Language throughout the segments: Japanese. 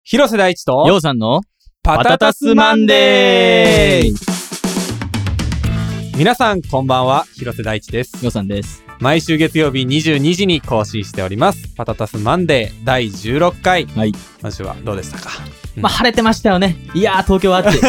広瀬大地とようさんのパタタスマンデー。皆さんこんばんは、広瀬大地です。 ようさんです。 毎週月曜日22時に更新しておりますパタタスマンデー第16回。 はい。 今週はどうでしたか？ まあ晴れてましたよね。いやー東京は暑い。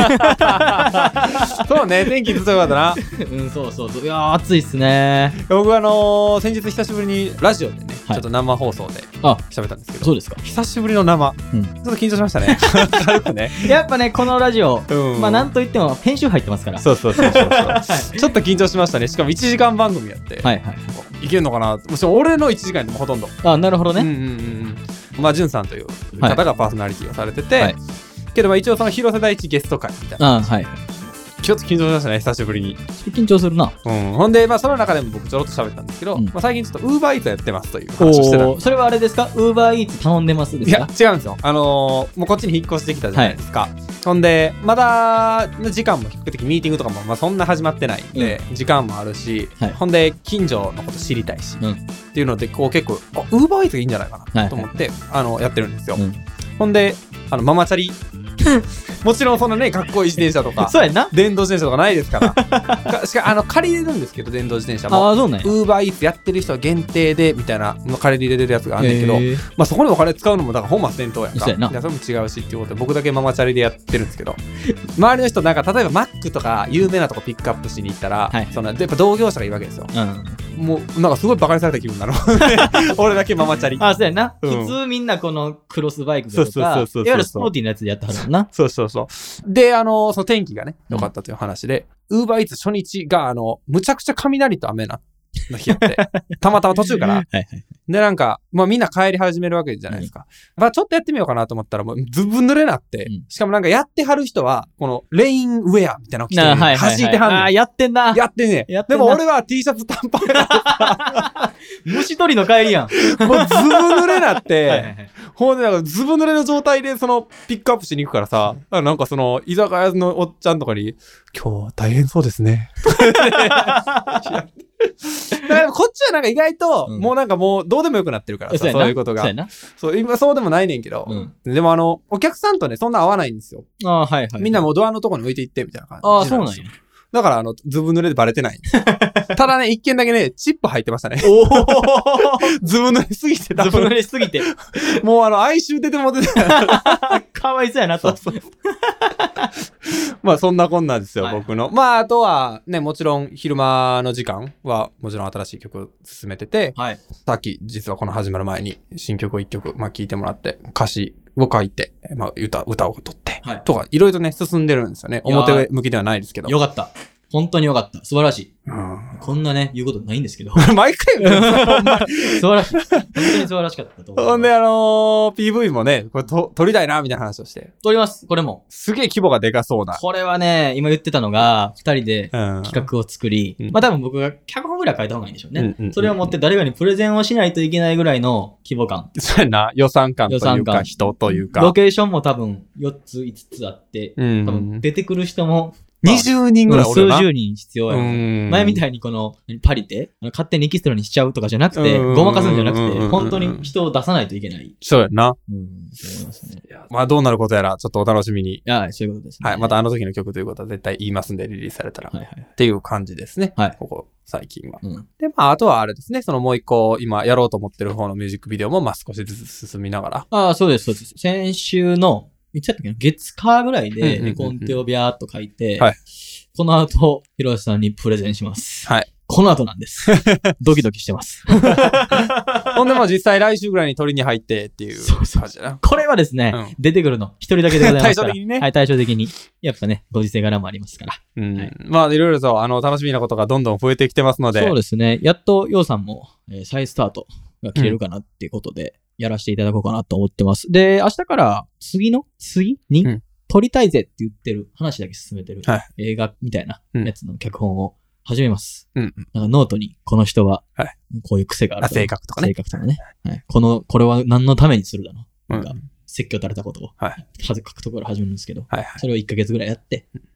そうね、天気ずっと良かったな。 そう。いやー暑いっすね。 僕先日久しぶりにラジオでね、ちょっと生放送で喋ったんですけど。 そうですか。 久しぶりの生、ちょっと緊張しましたね。軽くね。 やっぱねこのラジオ、まあなんといっても編集入ってますから。 そう。ちょっと緊張しましたね。しかも1時間番組やって。はい。いけるのかな。もちろん俺の1時間でもほとんど。 あ、なるほどね。 まあじゅんさんという方がパーソナリティをされてて、けど一応その広瀬大地ゲスト会みたいな。ちょっと緊張しましたね、久しぶりに。 緊張するな。 ほんでその中でも僕ちょろっと喋ったんですけど、最近ちょっと UberEats やってますという話をしてた。 それはあれですか？ UberEats 頼んでますですか？ いや違うんですよ。もうこっちに引っ越してきたじゃないですか。ほんでまだ時間も比較的ミーティングとかもそんな始まってないんで、時間もあるし、ほんで近所のこと知りたいし、っていうのでこう結構UberEats がいいんじゃないかなと思ってやってるんですよ。ほんでママチャリもちろんそんなねかっこいい自転車とかそうやな、 電動自転車とかないですからしか借りれるんですけど、電動自転車もUberEats やってる人は限定でみたいな借りれるやつがあるんだけど、まあそこにお金使うのもだから本末転倒やんか。それも違うしっていうことで僕だけママチャリでやってるんですけど、周りの人なんか例えばマックとか有名なとこピックアップしに行ったら、やっぱ同業者がいるわけですよ。もうなんかすごいバカにされた気分なの。俺だけママチャリ。 そうやな。普通みんなこのクロスバイクとかいわゆるスポーティーなやつでやってはるもんな。そうでその天気がね良かったという話で、UberEats 初日がむちゃくちゃ雷と雨の日やってたまたま途中からでなんかみんな帰り始めるわけじゃないですか。ちょっとやってみようかなと思ったらもうずぶ濡れなって、しかもなんかやってはる人はこのレインウェアみたいなの着て弾いてはんねん。 やってんな。 やってんね。でも俺は T シャツ短パンや虫取りの帰りやん。 もうずぶ濡れなってほんでなんかずぶ濡れの状態でそのピックアップしに行くからさ、なんかその居酒屋のおっちゃんとかに今日大変そうですね。だからこっちはなんか意外ともうどうでもよくなってるからさ、そういうことが。そう今そうでもないねんけど、でもお客さんとねそんな合わないんですよ。みんなもうドアのとこに置いていってみたいな感じ。そうなんや。だからずぶ濡れでバレてない。ただね、一件だけね、チップ入ってましたね。ずぶ濡れすぎて。 ずぶ濡れすぎて。 もう哀愁出ても出てない。 かわいそうやなと。 まあそんなこんなですよ、僕の。まああとはね、もちろん昼間の時間はもちろん新しい曲を進めてて、さっき実はこの始まる前に新曲を1曲聴いてもらって、歌詞を書いて、歌を取って、とかいろいろとね進んでるんですよね。表向きではないですけど。 よかった。本当によかった。素晴らしい。こんなね、言うことないんですけど。 毎回言う素晴らしい。本当に素晴らしかったと思う。 ほんでPV もね、これ撮りたいな、みたいな話をして。 撮ります、これも。 すげえ規模がでかそうな。 これはね、今言ってたのが、二人で企画を作り、多分僕が脚本ぐらい書いた方がいいんでしょうね。それを持って誰かにプレゼンをしないといけないぐらいの規模感。 そうやな、予算感というか、人というか。 ロケーションも多分4つ、5つあって、多分出てくる人も、 20人ぐらいおるな。 数十人必要や。前みたいにこのパリで勝手にエキストラにしちゃうとかじゃなくて、ごまかすんじゃなくて、本当に人を出さないといけない。 そうやな。 そう思いますね。 まあどうなることやらちょっとお楽しみに。 そういうことですね。 はい、また時の曲ということは絶対言いますんで、リリースされたらっていう感じですね。ここ最近は。であとはあれですね、そのもう一個今やろうと思ってる方のミュージックビデオも少しずつ進みながら。 そうです。先週のいつやったっけな、月火ぐらいで絵コンテをビャーっと書いて、この後、広瀬さんにプレゼンします。この後なんです。ドキドキしてます。 ほんで実際来週ぐらいに撮りに入ってっていう感じだな。 これはですね、出てくるの一人だけでございますから。対照的にね。対照的に。やっぱね、ご時世柄もありますから。 いろいろと楽しみなことがどんどん増えてきてますので。 そうですね。やっとようさんも再スタートが切れるかなっていうことで、やらせていただこうかなと思ってます。で、明日から次に、撮りたいぜって言ってる話だけ進めてる映画みたいなやつの脚本を始めます。なんかノートにこの人はこういう癖がある。 性格とかね。 これは何のためにするだの。なんか説教垂れたことを書くところ始めるんですけど、それを1ヶ月ぐらいやって、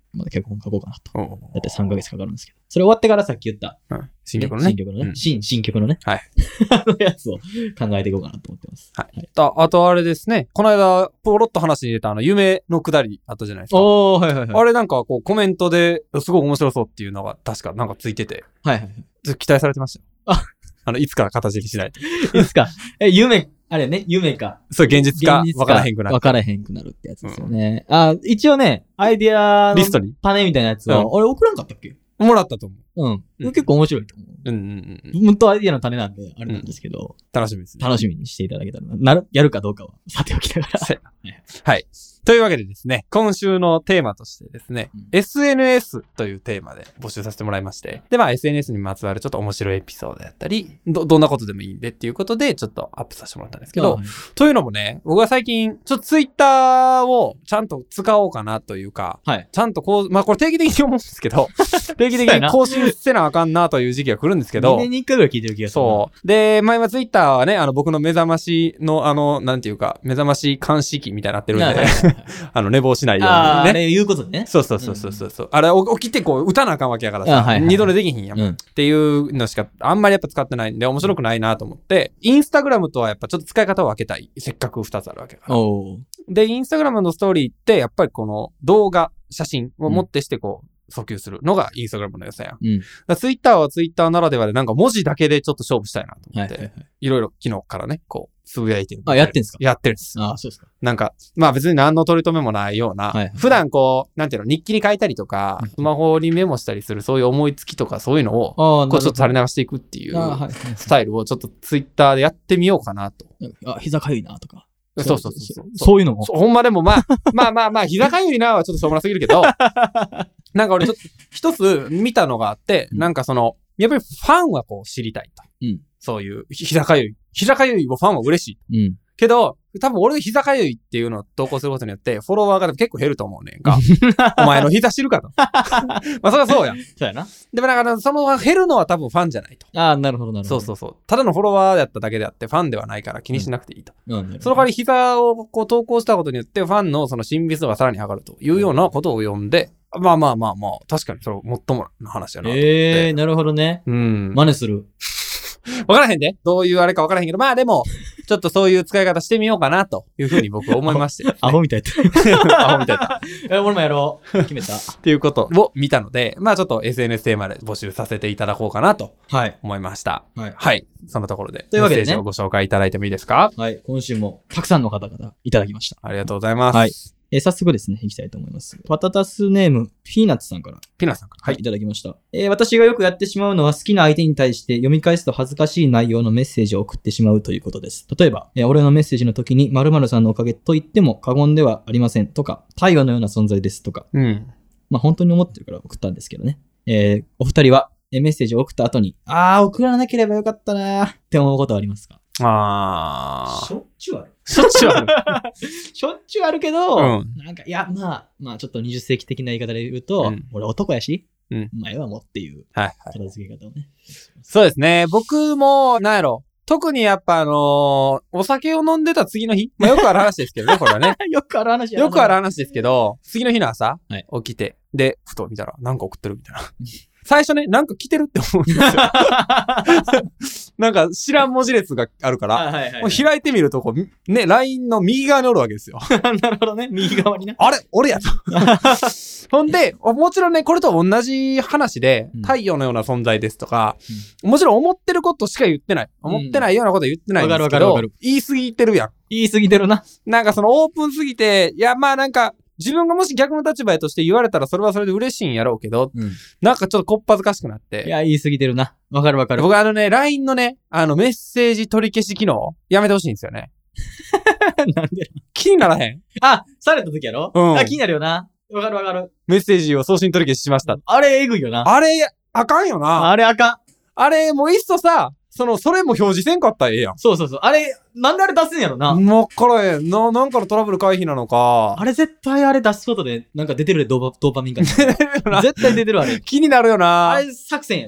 まだ脚本書こうかなと。だって3ヶ月かかるんですけど。それ終わってからさっき言った。 新曲のね。 新曲のね。 はい。 やつを考えていこうかなと思ってます。 はい。あとあれですね。この間、ポロッと話に出た夢のくだりあったじゃないですか。 はいはいはい。 あれなんかこうコメントですごい面白そうっていうのが確かなんかついてて。 はいはい。 期待されてましたよ。いつか形にしないと。 いつか。あれね、夢か。 そう、現実か分からへんくなる。 分からへんくなるってやつですよね。一応ね、アイディアのリストに種みたいなやつを、俺送らんかったっけ？ もらったと思う。結構面白いと思う。本当アイディアの種なんで、あれなんですけど。 楽しみですね。 楽しみにしていただけたらやるかどうかは、さておきながら。 はい。というわけでですね、今週のテーマとしてですね、SNS というテーマで募集させてもらいまして、で、SNS にまつわるちょっと面白いエピソードだったり、どんなことでもいいんでっていうことで、ちょっとアップさせてもらったんですけど、というのもね、僕は最近、ちょっとツイッターをちゃんと使おうかなというか、ちゃんとこれ定期的に思うんですけど、定期的に更新せなあかんなという時期が来るんですけど、 2年に1回ぐらい聞いてる気がする。 そう。で、今ツイッターはね、僕の目覚ましの、なんていうか、目覚まし監視器みたいになってるんで、寝坊しないようにね。 あれ言うことね。 そう。あれ、起きて打たなあかんわけやからさ、二度寝できひんやん。っていうのしか、あんまりやっぱ使ってないんで、面白くないなと思って、インスタグラムとはやっぱちょっと使い方を分けたい。せっかく2つあるわけだから。で、インスタグラムのストーリーって、やっぱりこの動画、写真をもってして訴求するのがインスタグラムの良さやん。ツイッターはツイッターならではでなんか文字だけでちょっと勝負したいなと思って、いろいろ昨日からね、つぶやいてる。 やってんすか？ やってるんです。 そうですか。 なんか、別に何の取り留めもないような、普段なんていうの、日記に書いたりとか、スマホにメモしたりするそういう思いつきとかそういうのを、ちょっと垂れ流していくっていうスタイルをちょっとツイッターでやってみようかなと。 膝かゆいなとか。 そう。 そういうのも。 ほんまでも膝かゆいなはちょっとしょうもなすぎるけど、なんか俺ちょっと一つ見たのがあって、なんかやっぱりファンは知りたいと。そういう、膝かゆいをファンは嬉しい。けど、多分俺が膝かゆいっていうのを投稿することによって、フォロワーが結構減ると思うねんか。お前の膝知るかと。それはそうやん。 そうやな。 でも減るのは多分ファンじゃないと。 なるほど。 そう。ただのフォロワーやっただけであって、ファンではないから気にしなくていいと。その代わり膝を投稿したことによって、ファンのその親密度がさらに上がるというようなことを読んで、確かにそれもっともな話やなと思って。 なるほどね。真似する。 わからへんで。どういうあれかわからへんけど、でも、ちょっとそういう使い方してみようかな、というふうに僕は思いまして、ね。 アホみたいアホみたいだ。 俺もやろう。決めた。 っていうことを見たので、ちょっと SNS テーマで募集させていただこうかなと思いました。はい。そのところで、 というわけでね、 メッセージをご紹介いただいてもいいですか？ はい。今週もたくさんの方々いただきました。 ありがとうございます。 早速ですね、いきたいと思います。パタタスネーム、ピーナッツさんから。 はい。 いただきました。私がよくやってしまうのは好きな相手に対して読み返すと恥ずかしい内容のメッセージを送ってしまうということです。例えば、俺のメッセージの時に〇〇さんのおかげと言っても過言ではありませんとか、太陽のような存在ですとか。本当に思ってるから送ったんですけどね。お二人はメッセージを送った後に、送らなければよかったなーって思うことはありますか？しょっちゅうある。しょっちゅうあるけど、なんか、ちょっと20世紀的な言い方で言うと、俺男やし、前はもうっていう片付け方をね。 そうですね。僕も、特にやっぱお酒を飲んでた次の日、よくある話ですけどね、これはね。 よくある話ですけど、次の日の朝、起きて、で、ふと見たら、なんか送ってるみたいな。最初ね、なんか来てるって思うんですよ。なんか知らん文字列があるから、もう開いてみると、LINE の右側におるわけですよ。 なるほどね、右側にね。 あれ俺やと。ほんで、もちろんね、これと同じ話で、太陽のような存在ですとか、もちろん思ってることしか言ってない。思ってないようなことは言ってないんですけど、言い過ぎてるやん。 言い過ぎてるな。 なんかオープンすぎて、なんか、自分がもし逆の立場やとして言われたらそれはそれで嬉しいんやろうけど、なんかちょっとこっぱずかしくなって。 言い過ぎてるな。わかる。僕 LINE のね、メッセージ取り消し機能、やめてほしいんですよね。 なんで？ 気にならへん？ された時やろ？気になるよな。わかる。 メッセージを送信取り消ししました。 あれ、えぐいよな。 あれ、あかんよな。 あれ、あかん。 あれ、もういっそさ、それも表示せんかったらええやん。 そう。あれ、なんであれ出すんやろな。 わからへん。なんかのトラブル回避なのか。 あれ絶対あれ出すことで、なんか出てるで、ドーパミンが。絶対出てるあれ。 気になるよな。 あれ作戦やで。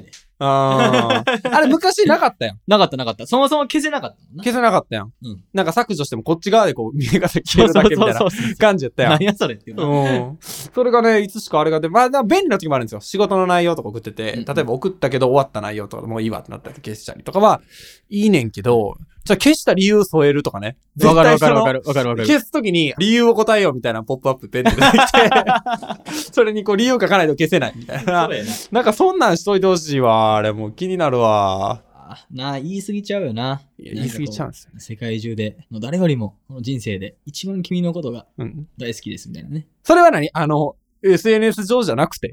あれ昔なかったやん。 なかった。そもそも消せなかったもんな。 消せなかったやん。 うん。 なんか削除してもこっち側でこう、見え方消えるだけみたいな感じやったやん。 何やそれっていうの。 それがね、いつしかあれがまあ、便利な時もあるんですよ。仕事の内容とか送ってて、例えば送ったけど終わった内容とかもういいわってなったら消したりとかはいいねんけど、じゃあ消した理由添えるとかね。 わかる。 消すときに理由を答えようみたいなポップアップペンで出てきて、それにこう理由書かないと消せないみたいな。なんかそんなんしといてほしいわ。あれもう気になるわ。 言い過ぎちゃうよな。 言い過ぎちゃうんですよ。 世界中で、誰よりもこの人生で一番君のことが大好きですみたいなね。 それは何SNS 上じゃなくて。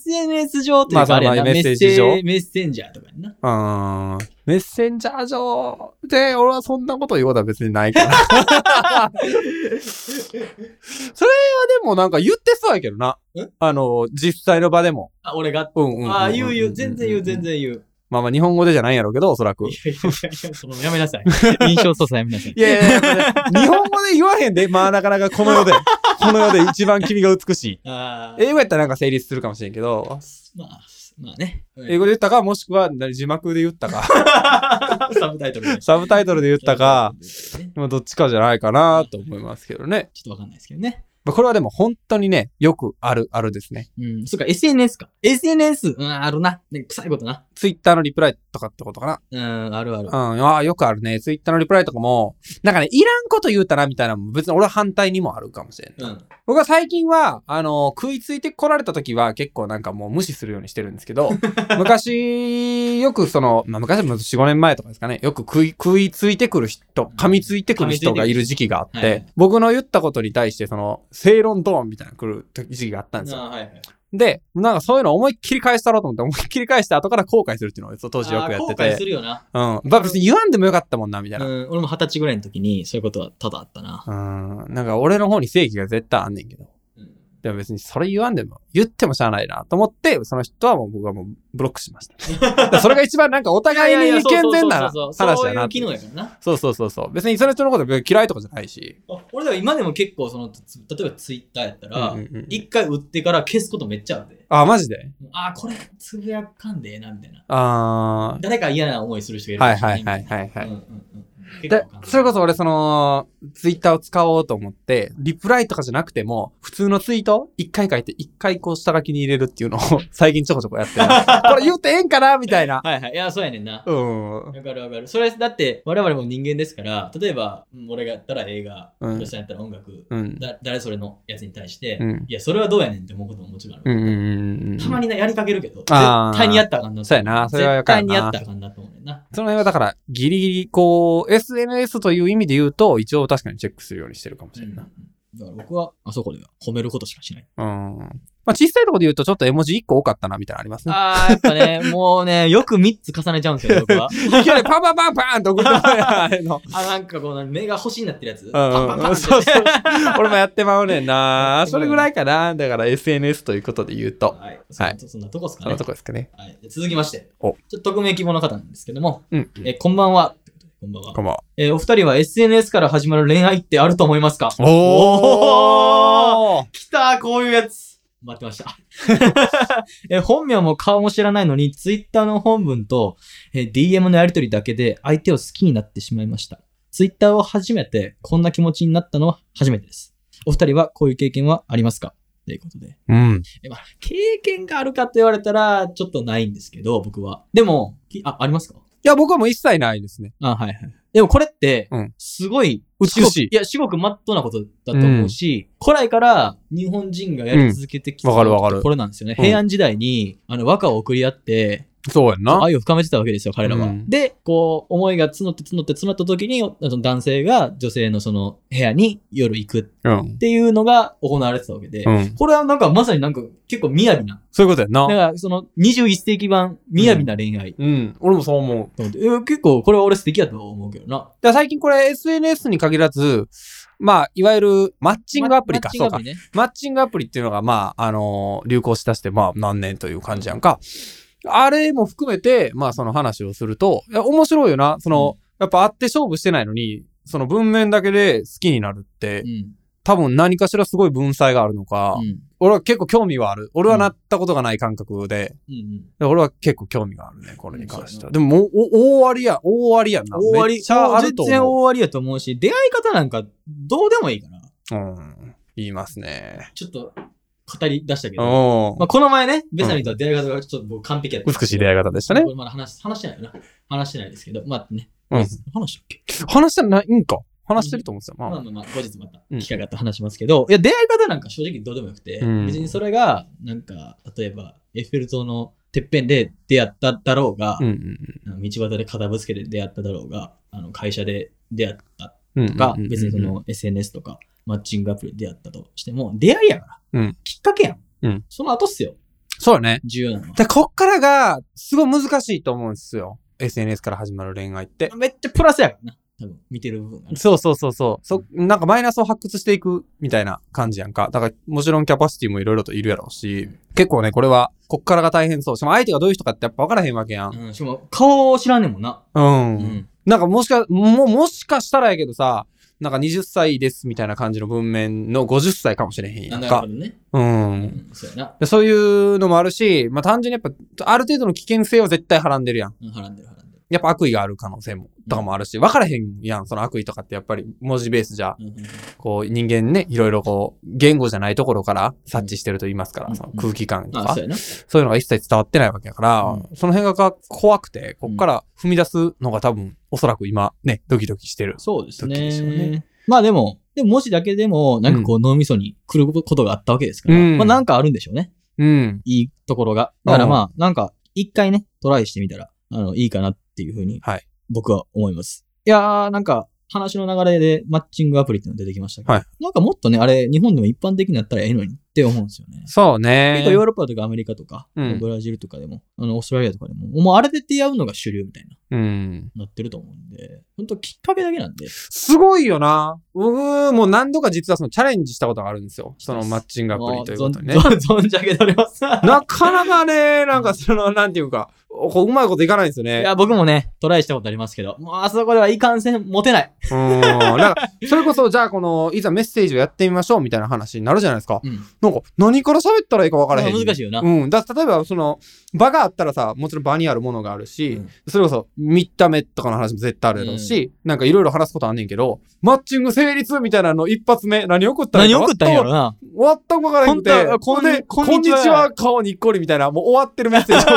SNS 上というかあれやな、 メッセージ上。 メッセンジャーとかやな。 メッセンジャー上で、俺はそんなこと言うことは別にないから。それはでもなんか言ってそうやけどな。実際の場でも。 俺が。言う。全然言う。 まあ日本語でじゃないんやろうけど、おそらく。 やめなさい。印象操作やめなさい。 いや、日本語で言わへんで、まあなかなかこの世で一番君が美しい。英語やったらなんか成立するかもしれんけど。 まあね。 英語で言ったか、もしくは字幕で言ったか。 サブタイトルで。 サブタイトルで言ったか、どっちかじゃないかなと思いますけどね。 ちょっとわかんないですけどね。 これはでも本当にね、よくあるですね。 そうか、SNS か。SNS、あるな。臭いことな。 ツイッターのリプライとかってことかな。ある。 よくあるね。ツイッターのリプライとかも、なんかね、いらんこと言うたなみたいなのも別に俺は反対にもあるかもしれん。僕は最近は、食いついて来られた時は結構なんかもう無視するようにしてるんですけど、昔、よく昔も4、5年前とかですかね、よく食いついてくる人、噛みついてくる人がいる時期があって、僕の言ったことに対して正論ドーンみたいな来る時期があったんですよ。で、なんかそういうの思いっきり返したろうと思って思いっきり返した後から後悔するっていうのを当時よくやってて。 後悔するよな。 別に言わんでもよかったもんな、みたいな。 俺も20歳ぐらいの時にそういうことは多々あったな。 なんか俺の方に正義が絶対あんねんけど。でも別にそれ言わんでも、言ってもしゃあないなと思って、その人は僕はもうブロックしました。それが一番なんかお互いに健全な話だな。 そういう機能やからな。 そう。別にその人のこと嫌いとかじゃないし。 俺でも今でも結構例えばツイッターやったら、一回打ってから消すことめっちゃあるで。 マジで？ これつぶやかんでええな、みたいな。誰か嫌な思いする人がいるかもしれない。はい。 それこそ俺ツイッターを使おうと思って、リプライとかじゃなくても、普通のツイート一回書いて、一回こう下書きに入れるっていうのを最近ちょこちょこやってる。これ言うてええんかなみたいな。 はい。いや、そうやねんな。わかる。それ、だって我々も人間ですから、例えば、俺がやったら映画、吉さんやったら音楽、誰それのやつに対して、いや、それはどうやねんって思うことももちろんある。たまにやりかけるけど、絶対にやったらあかんな。 そうやな。それはよかったな。 絶対にやったらあかんなと思うねんな。 その辺はだから、ギリギリ、SNS という意味で言うと、一応確かにチェックするようにしてるかもしれんな。 だから僕は、あそこでは褒めることしかしない。 小さいところで言うと、ちょっと絵文字1個多かったな、みたいなのありますね。 やっぱね、もうね、よく3つ重ねちゃうんですよ、僕は。 いきなりパンーンと送ってもらえの。 なんか目が星になってるやつ。 そう。俺もやってまうねんな。それぐらいかな。だから SNS ということで言うと。 はい。そんなとこですかね。 そんなとこですかね。 はい。続きまして。ちょっと匿名希望の方なんですけども。こんばんは。こんばんは。お二人は SNS から始まる恋愛ってあると思いますか？来た、こういうやつ。待ってました。本名も顔も知らないのに、Twitter の本文と、DM のやりとりだけで相手を好きになってしまいました。Twitter を初めてこんな気持ちになったのは初めてです。お二人はこういう経験はありますか？ということで。経験があるかと言われたら、ちょっとないんですけど、僕は。でも、ありますか？ いや、僕はもう一切ないですね。 はい。でもこれって、すごい、 美しい。 いや、至極真っ当なことだと思うし、古来から日本人がやり続けてきたこれなんですよね。平安時代に、和歌を送り合って、 そうやんな。 愛を深めてたわけですよ、彼らは。で、思いが募った時に、男性が女性の部屋に夜行くっていうのが行われてたわけで、これはなんかまさになんか結構雅な。 そういうことやんな。 だから21世紀版雅な恋愛。 俺もそう思う。 結構これは俺素敵やと思うけどな。 最近これ SNS に限らず、いわゆるマッチングアプリか。そうか。マッチングアプリっていうのが、流行しだして、何年という感じやんか。あれも含めて、その話をすると、面白いよな。やっぱ会って勝負してないのに、その文面だけで好きになるって、多分何かしらすごい文才があるのか、 俺は結構興味はある。俺はなったことがない感覚で。俺は結構興味があるね、これに関しては。でももう、大ありやんな。 大あり。めっちゃあると思う。全然大ありやと思うし、出会い方なんかどうでもいいかな。言いますね。 ちょっと、語り出したけど。まあ、この前ね、ベサミとは出会い方がちょっと僕完璧やった。 美しい出会い方でしたね。 これまだ話してないよな。話してないですけど。まあね。話したっけ？ 話してないんか。話してると思うんですよ。 まあ、後日また機会があったら話しますけど、いや、出会い方なんか正直どうでもよくて、別にそれが、なんか、例えば、エッフェル塔のてっぺんで出会っただろうが、道端で肩ぶつけで出会っただろうが、会社で出会ったとか、別にその SNS とか、マッチングアプリで出会ったとしても、出会いやから。きっかけやん。その後っすよ。 そうね。 重要なのは。 で、こっからが、すごい難しいと思うんですよ。SNS から始まる恋愛って。 めっちゃプラスやからな。多分、見てる部分が、ね。 そう。なんかマイナスを発掘していくみたいな感じやんか。だから、もちろんキャパシティもいろいろといるやろうし、結構ね、これは、こっからが大変そう。しかも相手がどういう人かってやっぱ分からへんわけやん。 しかも、顔を知らんねんもんな。 なんかもしかしたらやけどさ、なんか20歳ですみたいな感じの文面の50歳かもしれへんやんか。 なるほどね。 そうやな。そういうのもあるし、まあ単純にやっぱ、ある程度の危険性は絶対はらんでるやん。 はらんでる。 やっぱ悪意がある可能性も、とかもあるし、分からへんやん、その悪意とかってやっぱり文字ベースじゃ、こう人間ね、いろいろこう、言語じゃないところから察知してると言いますから、その空気感とか、そういうのが一切伝わってないわけやから、その辺が怖くて、こっから踏み出すのが多分、おそらく今ね、ドキドキしてる。 そうですね。まあでも文字だけでも、なんかこう脳みそに来ることがあったわけですから、まあなんかあるんでしょうね。いいところが。だからまあ、なんか、一回ね、トライしてみたら、いいかなっていうふうに、僕は思います。いやー、なんか、話の流れでマッチングアプリってのが出てきましたけど、なんかもっとね、あれ、日本でも一般的になったらええのにって思うんですよね。 そうね。 結構ヨーロッパとかアメリカとか、ブラジルとかでも、オーストラリアとかでも、もうあれで出会うのが主流みたいな、なってると思うんで、本当きっかけだけなんで。 すごいよな。もう何度か実はそのチャレンジしたことがあるんですよ。そのマッチングアプリということにね。 存じ上げております。 なかなかね、なんかその、なんていうか、うまいこといかないんですよね。 いや、僕もね、トライしたことありますけど、もうあそこではいかんせん持てない。 なんか、それこそ、じゃあいざメッセージをやってみましょうみたいな話になるじゃないですか。なんか、何から喋ったらいいか分からへん。 難しいよな。 例えば、その、場があったらさ、もちろん場にあるものがあるし、それこそ、見た目とかの話も絶対あるやろうし、なんかいろいろ話すことあんねんけど、マッチング成立みたいなの一発目、何送ったらいいか何送ったんやろな。 終わった分からへんくて、こんにちは、顔にっこりみたいな、もう終わってるメッセージを送って。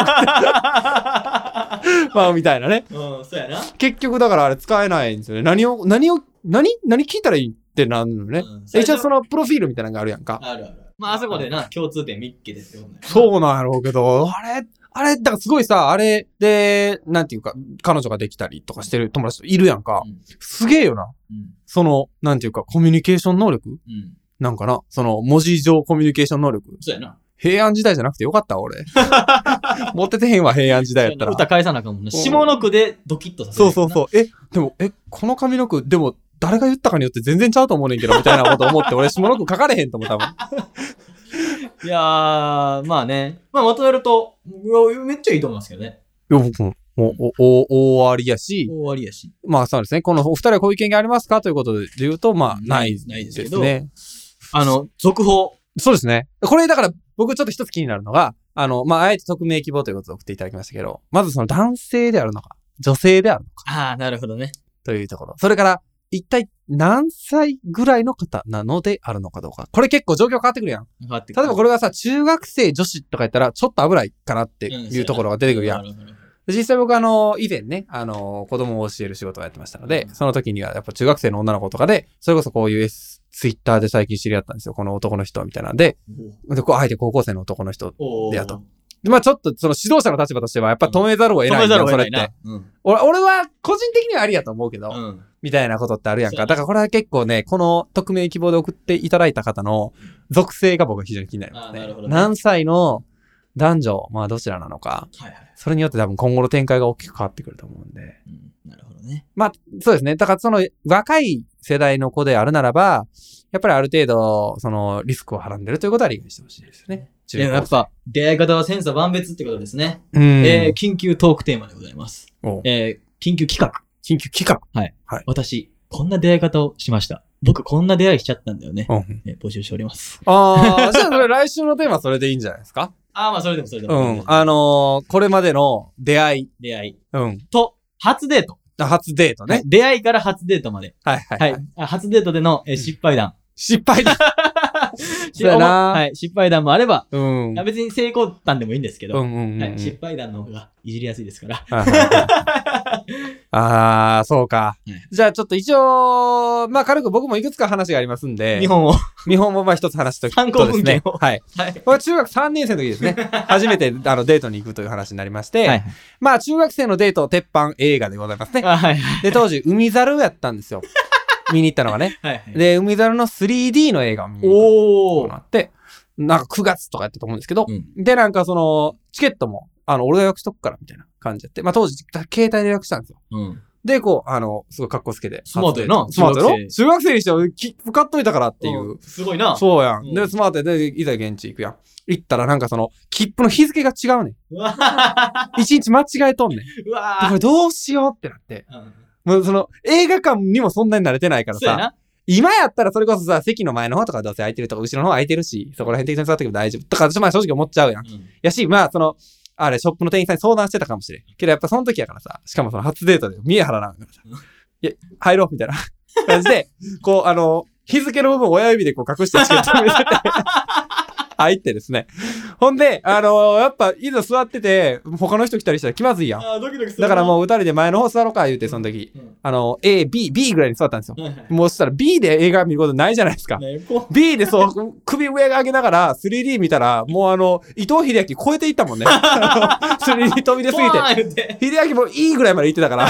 まあ、みたいなね。 そうやな。 結局だからあれ使えないんですよね。何聞いたらいいってなるのね。一応そのプロフィールみたいなのがあるやんか。 ある。まあ、あそこでな、共通点見っけですよね。 そうなんやろうけど、あれ、だからすごいさ、あれで、なんていうか、彼女ができたりとかしてる友達いるやんか。すげえよな。その、なんていうか、コミュニケーション能力なんかな。その、文字上コミュニケーション能力。 そうやな。 平安時代じゃなくてよかった俺。持っててへんわ、平安時代やったら。 歌返さなあかんもんな。下の句でドキッとさせる。 そう。でも、この上の句、でも、誰が言ったかによって全然ちゃうと思うねんけど、みたいなこと思って、俺下の句書かれへんと思う、多分。 いやー、まあね。まあ、まとめると、めっちゃいいと思いますけどね。 いや、僕も、大ありやし。まあそうですね。このお二人はこういう意見がありますかということで言うと、まあ、ないですけど。 続報。 そうですね。これだから、僕ちょっと一つ気になるのが、まあ、あえて匿名希望ということで送っていただきましたけど、まずその男性であるのか、女性であるのか。 ああ、なるほどね。 というところ。それから、一体何歳ぐらいの方なのであるのかどうか。これ結構状況変わってくるやん。例えばこれがさ、中学生女子とか言ったら、ちょっと危ないかなっていうところが出てくるやん。実際僕以前ね、子供を教える仕事をやってましたので、その時にはやっぱ中学生の女の子とかで、それこそこういうツイッターで最近知り合ったんですよ。この男の人みたいなんで、あえて高校生の男の人でやと。で、まあちょっとその指導者の立場としてはやっぱ止めざるを得ないんだよ、それって。俺は個人的にはありやと思うけど、みたいなことってあるやんか。だからこれは結構ね、この匿名希望で送っていただいた方の属性が僕は非常に気になりますね。何歳の男女、まあどちらなのか。それによって多分今後の展開が大きく変わってくると思うんで。 なるほどね。 まあ、そうですね。だからその若い世代の子であるならば、やっぱりある程度、そのリスクをはらんでるということは理解してほしいですよね。 やっぱ、出会い方は千差万別ってことですね。緊急トークテーマでございます。緊急企画。 はい。 私、こんな出会い方をしました。 僕こんな出会いしちゃったんだよね。募集しております。 じゃあそれ来週のテーマそれでいいんじゃないですか？ まあそれでも。 これまでの出会い。 と、初デート。 初デートね。 出会いから初デートまで。 はい。 初デートでの失敗談。 失敗談。 そうやな。失敗談もあれば、別に成功談でもいいんですけど、失敗談の方がいじりやすいですから。 そうか。じゃあちょっと一応、軽く僕もいくつか話がありますんで、 見本も一つ話しとくとですね。はい。これ中学3年生の時ですね。初めてデートに行くという話になりまして、中学生のデート、鉄板映画でございますね。で、当時、海猿やったんですよ。見に行ったのがね。で、海猿の 3D の映画を見に行ったなって、なんか9月とかやったと思うんですけど、で、なんかチケットも、俺が予約しとくから、みたいな感じやって、当時、携帯で予約したんですよ。で、すごい格好つけて。 スマートやな。 スマートやろ？中学生にしては、買っといたからっていう。 すごいな。 そうやん。で、スマートで、いざ現地行くやん。行ったらなんか切符の日付が違うねん。一日間違えとんねん。で、これどうしようってなって。もう映画館にもそんなに慣れてないからさ。今やったらそれこそさ、席の前の方とかどうせ空いてるとか、後ろの方空いてるし、そこら辺適当に座ってけば大丈夫。とか、正直思っちゃうやん。やし、ショップの店員さんに相談してたかもしれん。けどやっぱその時やからさ、しかも初デートで見え張らなからさ、いや、入ろうみたいな感じで、日付の部分を親指で隠してチケットを見せて、入ってですね。ほんで、やっぱ、いざ座ってて、他の人来たりしたら気まずいやん。 ドキドキする。 だからもう二人で前の方座ろうか言うて、その時。A、B ぐらいに座ったんですよ。もうそしたら B で映画見ることないじゃないですか。B で首上が上げながら 3D 見たら、もう伊藤英明超えていったもんね。3D 飛び出すぎて。英明もいいぐらいまで行ってたから。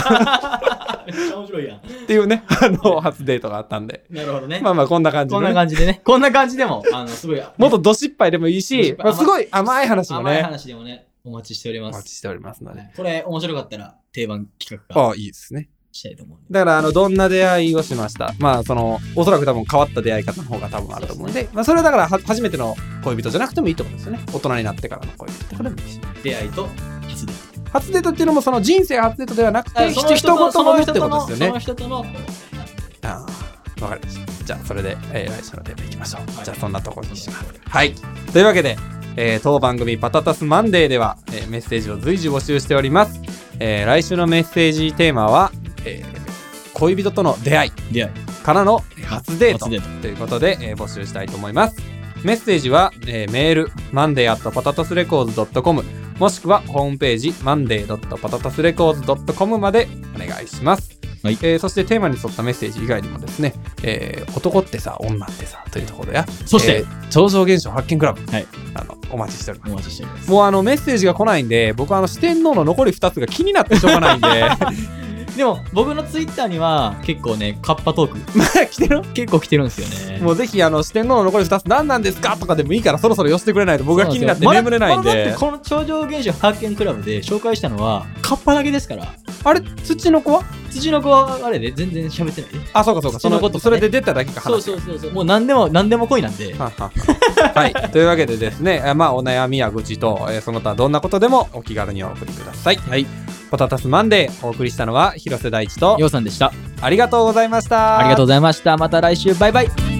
めっちゃ面白いやん。 っていうね、初デートがあったんで。 なるほどね。 こんな感じで。 こんな感じでね。こんな感じでも、すごい。 もっとド失敗でもいいし、すごい甘い話もね。 甘い話でもね、お待ちしております。 お待ちしておりますので。 これ面白かったら定番企画が。 いいですね。 したいと思う。 だからどんな出会いをしました。おそらく多分変わった出会い方の方が多分あると思うんで、それはだから初めての恋人じゃなくてもいいってことですよね。大人になってからの恋人とかでもいいし。 出会いと初デート。 初デートっていうのも人生初デートではなくて、人ごとのってことですよね。 その人との。 わかりました。じゃあそれで、来週のテーマいきましょう。じゃあそんなところにします。はい。というわけで、当番組パタタスマンデーでは、メッセージを随時募集しております。来週のメッセージテーマは、恋人との出会いからの初デートということで、募集したいと思います。メッセージは、メール monday@patatasrecords.com もしくはホームページ monday.patatasrecords.com までお願いします。はい。そしてテーマに沿ったメッセージ以外にもですね、男ってさ、女ってさというところや、 そして、 超常現象発見クラブ、 はい、 お待ちしております。 お待ちしております。 もうメッセージが来ないんで、僕四天王の残り2つが気になってしょうがないんで。 でも僕のツイッターには結構ねカッパトーク来てる？ 結構来てるんですよね。 もうぜひ四天王の残り2つ何なんですかとかでもいいからそろそろ寄せてくれないと僕が気になって眠れないんで。 この超常現象発見クラブで紹介したのはカッパだけですから。 あれ土の子はあれで全然喋ってない。 そうかそのこと、ね、それで出ただけか話。 そうもう何でも恋なんで。 はいというわけでですね、お悩みや愚痴と、その他どんなことでもお気軽にお送りください。 はい。 ポタタスマンデーお送りしたのは広瀬大地とようさんでした。 ありがとうございました。 ありがとうございました。また来週バイバイ。